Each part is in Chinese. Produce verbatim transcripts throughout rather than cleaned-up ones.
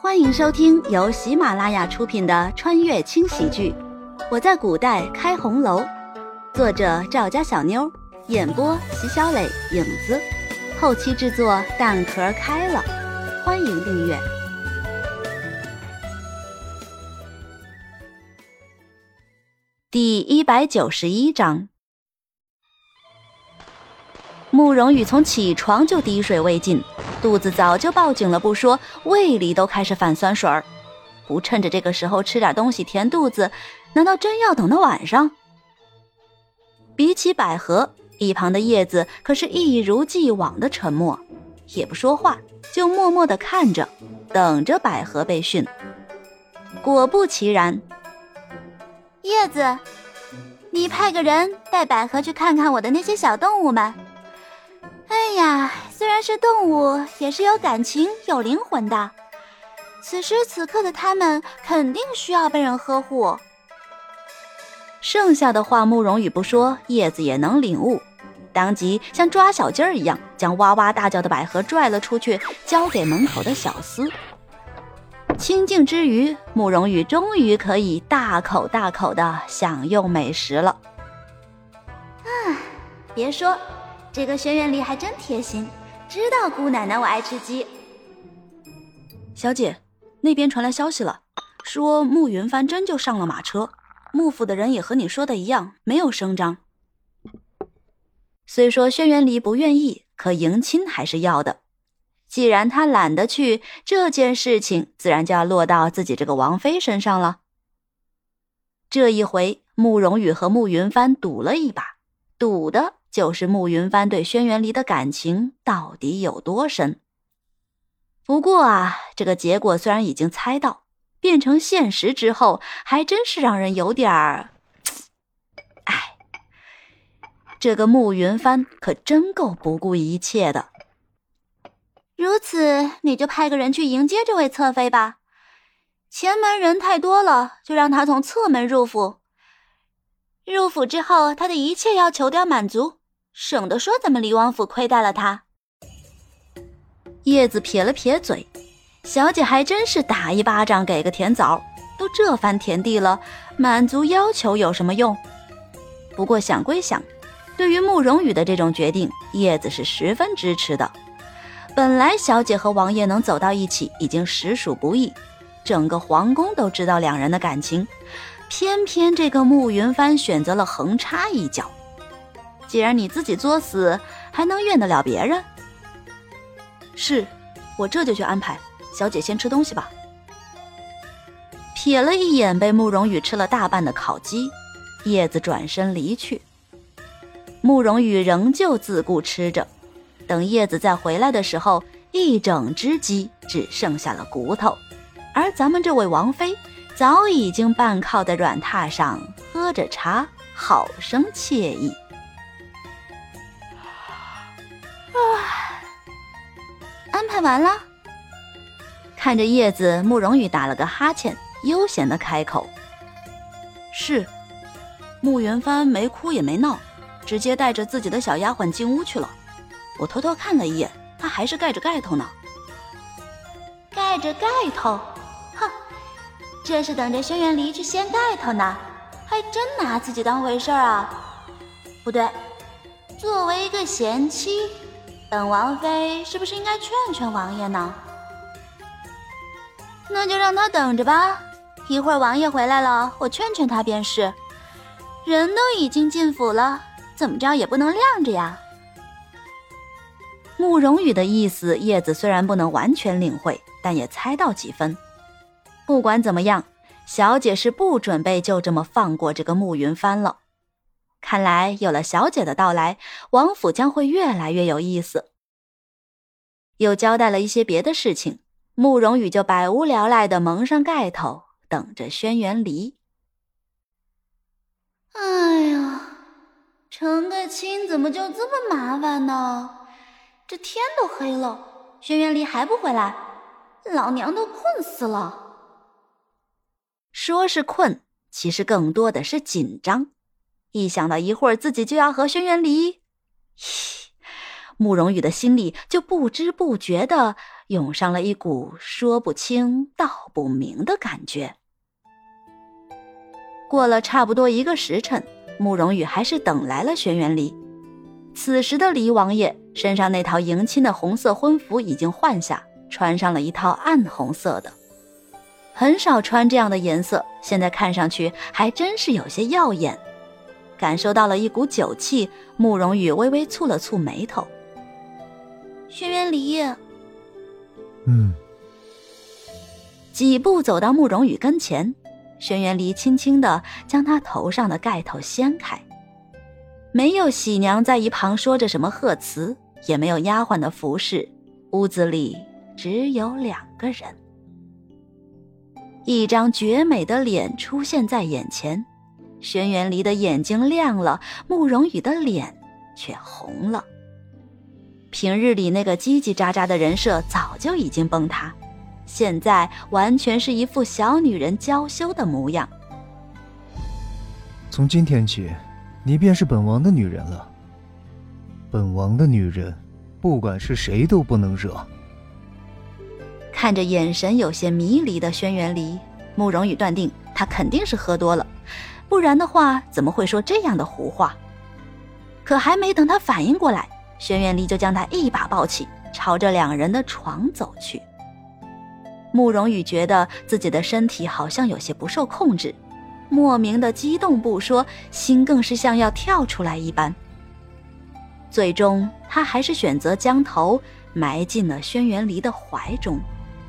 欢迎收听由喜马拉雅出品的穿越轻喜剧《我在古代开红楼》，作者赵家小妞，演播席小磊、影子，后期制作蛋壳开了。欢迎订阅。第一百九十一章，慕容羽从起床就滴水未进，肚子早就报警了不说，胃里都开始反酸水儿。不趁着这个时候吃点东西填肚子，难道真要等到晚上？比起百合，一旁的叶子可是一如既往的沉默，也不说话，就默默地看着，等着百合被训。果不其然， 叶子，你派个人带百合去看看我的那些小动物们。哎呀，虽然是动物，也是有感情有灵魂的，此时此刻的他们肯定需要被人呵护。 剩下的话慕容羽不说，叶子也能领悟，当即像抓小鸡儿一样将哇哇大叫的百合拽了出去，交给门口的小厮。清静之余，慕容羽终于可以大口大口地享用美食了。 啊，别说，这个轩辕离还真贴心，知道姑奶奶我爱吃鸡。 小姐，那边传来消息了，说慕云帆真就上了马车，幕府的人也和你说的一样，没有声张。虽说轩辕离不愿意，可迎亲还是要的。既然他懒得去，这件事情自然就要落到自己这个王妃身上了。这一回，慕容羽和慕云帆赌了一把，赌的就是慕云帆对轩辕离的感情到底有多深。不过啊，这个结果虽然已经猜到，变成现实之后，还真是让人有点儿……哎，这个慕云帆可真够不顾一切的。 如此，你就派个人去迎接这位侧妃吧。前门人太多了，就让他从侧门入府。入府之后，他的一切要求都要满足，省得说咱们离王府亏待了他。 叶子撇了撇嘴，小姐还真是打一巴掌给个甜枣，都这番田地了，满足要求有什么用？不过想归想，对于慕容羽的这种决定，叶子是十分支持的。本来小姐和王爷能走到一起已经实属不易，整个皇宫都知道两人的感情，偏偏这个慕云帆选择了横插一脚。既然你自己作死，还能怨得了别人？是，我这就去安排，小姐先吃东西吧。瞥了一眼被慕容羽吃了大半的烤鸡，叶子转身离去。慕容羽仍旧自顾吃着，等叶子再回来的时候，一整只鸡只剩下了骨头，而咱们这位王妃早已经半靠在软榻上喝着茶，好生惬意。 安排完了。 看着叶子，慕容羽打了个哈欠，悠闲地开口：是。慕云帆没哭也没闹，直接带着自己的小丫鬟进屋去了。我偷偷看了一眼，他还是盖着盖头呢。 盖着盖头？哼，这是等着轩辕离去掀盖头呢，还真拿自己当回事儿啊。不对，作为一个贤妻，本王妃是不是应该劝劝王爷呢？那就让他等着吧，一会儿王爷回来了，我劝劝他便是。人都已经进府了，怎么着也不能晾着呀。 慕容羽的意思，叶子虽然不能完全领会，但也猜到几分。不管怎么样，小姐是不准备就这么放过这个慕云帆了。看来有了小姐的到来，王府将会越来越有意思。又交代了一些别的事情，慕容羽就百无聊赖地蒙上盖头，等着轩辕离。 哎呀，成个亲怎么就这么麻烦呢？这天都黑了，轩辕离还不回来，老娘都困死了。 说是困，其实更多的是紧张。一想到一会儿自己就要和轩辕离， 慕容羽的心里就不知不觉地涌上了一股说不清道不明的感觉。过了差不多一个时辰，慕容羽还是等来了轩辕离。此时的离王爷身上那套迎亲的红色婚服已经换下，穿上了一套暗红色的。很少穿这样的颜色，现在看上去还真是有些耀眼。感受到了一股酒气，慕容羽微微蹙了蹙眉头。 轩辕离， 嗯。 几步走到慕容羽跟前，轩辕离轻轻地将他头上的盖头掀开。没有喜娘在一旁说着什么贺词，也没有丫鬟的服侍，屋子里只有两个人。一张绝美的脸出现在眼前，轩辕离的眼睛亮了，慕容羽的脸却红了。平日里那个叽叽喳喳的人设早就已经崩塌，现在完全是一副小女人娇羞的模样。 从今天起，你便是本王的女人了。本王的女人，不管是谁都不能惹。 看着眼神有些迷离的轩辕离，慕容羽断定他肯定是喝多了，不然的话怎么会说这样的胡话。可还没等他反应过来，轩辕离就将他一把抱起，朝着两人的床走去。慕容羽觉得自己的身体好像有些不受控制，莫名的激动不说，心更是像要跳出来一般。最终他还是选择将头埋进了轩辕离的怀中。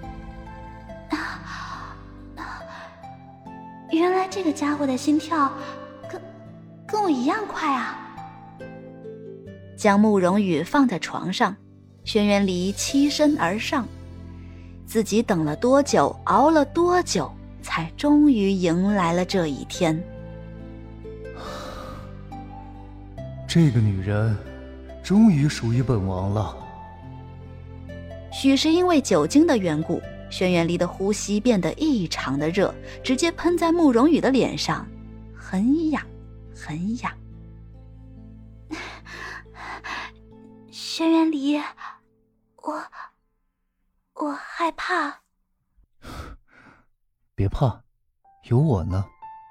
原来这个家伙的心跳跟跟我一样快啊！ 将慕容羽放在床上，轩辕离栖身而上。自己等了多久，熬了多久，才终于迎来了这一天。 这个女人终于属于本王了。 许是因为酒精的缘故，轩辕离的呼吸变得异常的热，直接喷在慕容羽的脸上，很痒很痒。 轩辕离，我我害怕。 别怕，有我呢。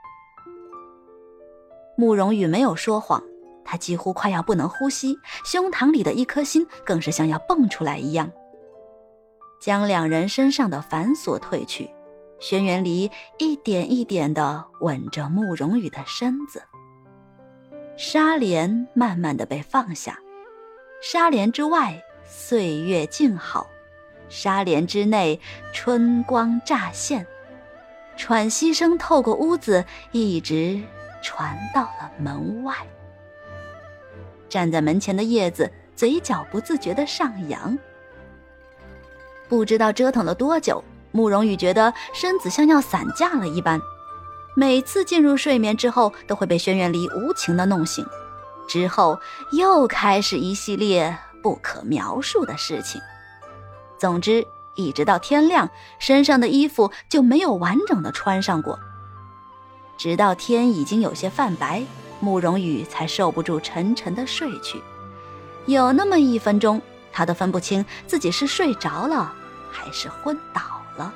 慕容羽没有说谎，他几乎快要不能呼吸，胸膛里的一颗心更是像要蹦出来一样。将两人身上的繁琐褪去，轩辕离一点一点地吻着慕容羽的身子。纱帘慢慢地被放下，纱帘之外岁月静好，纱帘之内春光乍现，喘息声透过屋子一直传到了门外。站在门前的叶子嘴角不自觉地上扬。不知道折腾了多久，慕容羽觉得身子像要散架了一般，每次进入睡眠之后都会被轩辕离无情地弄醒，之后又开始一系列不可描述的事情。总之一直到天亮，身上的衣服就没有完整的穿上过。直到天已经有些泛白，慕容羽才受不住沉沉的睡去。有那么一分钟，他都分不清自己是睡着了还是昏倒了。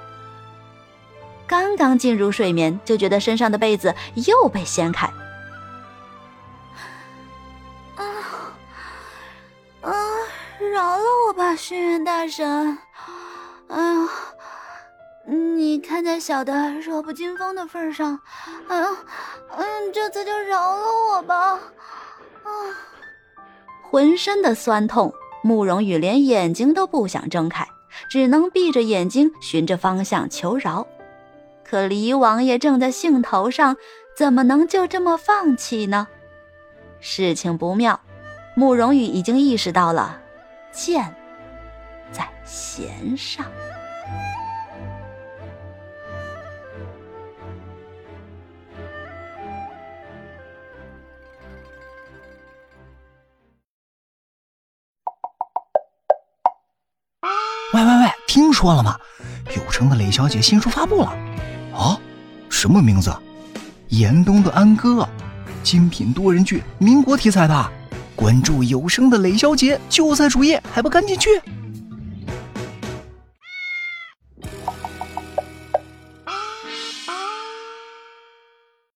刚刚进入睡眠，就觉得身上的被子又被掀开。 啊啊！饶了我吧，轩辕大神！哎呀，你看在小的弱不禁风的份上，哎呀，嗯，这次就饶了我吧！啊！ 浑身的酸痛，慕容羽连眼睛都不想睁开，只能闭着眼睛循着方向求饶。可黎王爷正在兴头上，怎么能就这么放弃呢？事情不妙，慕容羽已经意识到了，箭在弦上。 喂喂喂，听说了吗？有城的磊小姐新书发布了。啊？什么名字？严冬的安哥，精品多人剧，民国题材的。 关注有声的磊小姐就在主页，还不赶紧去！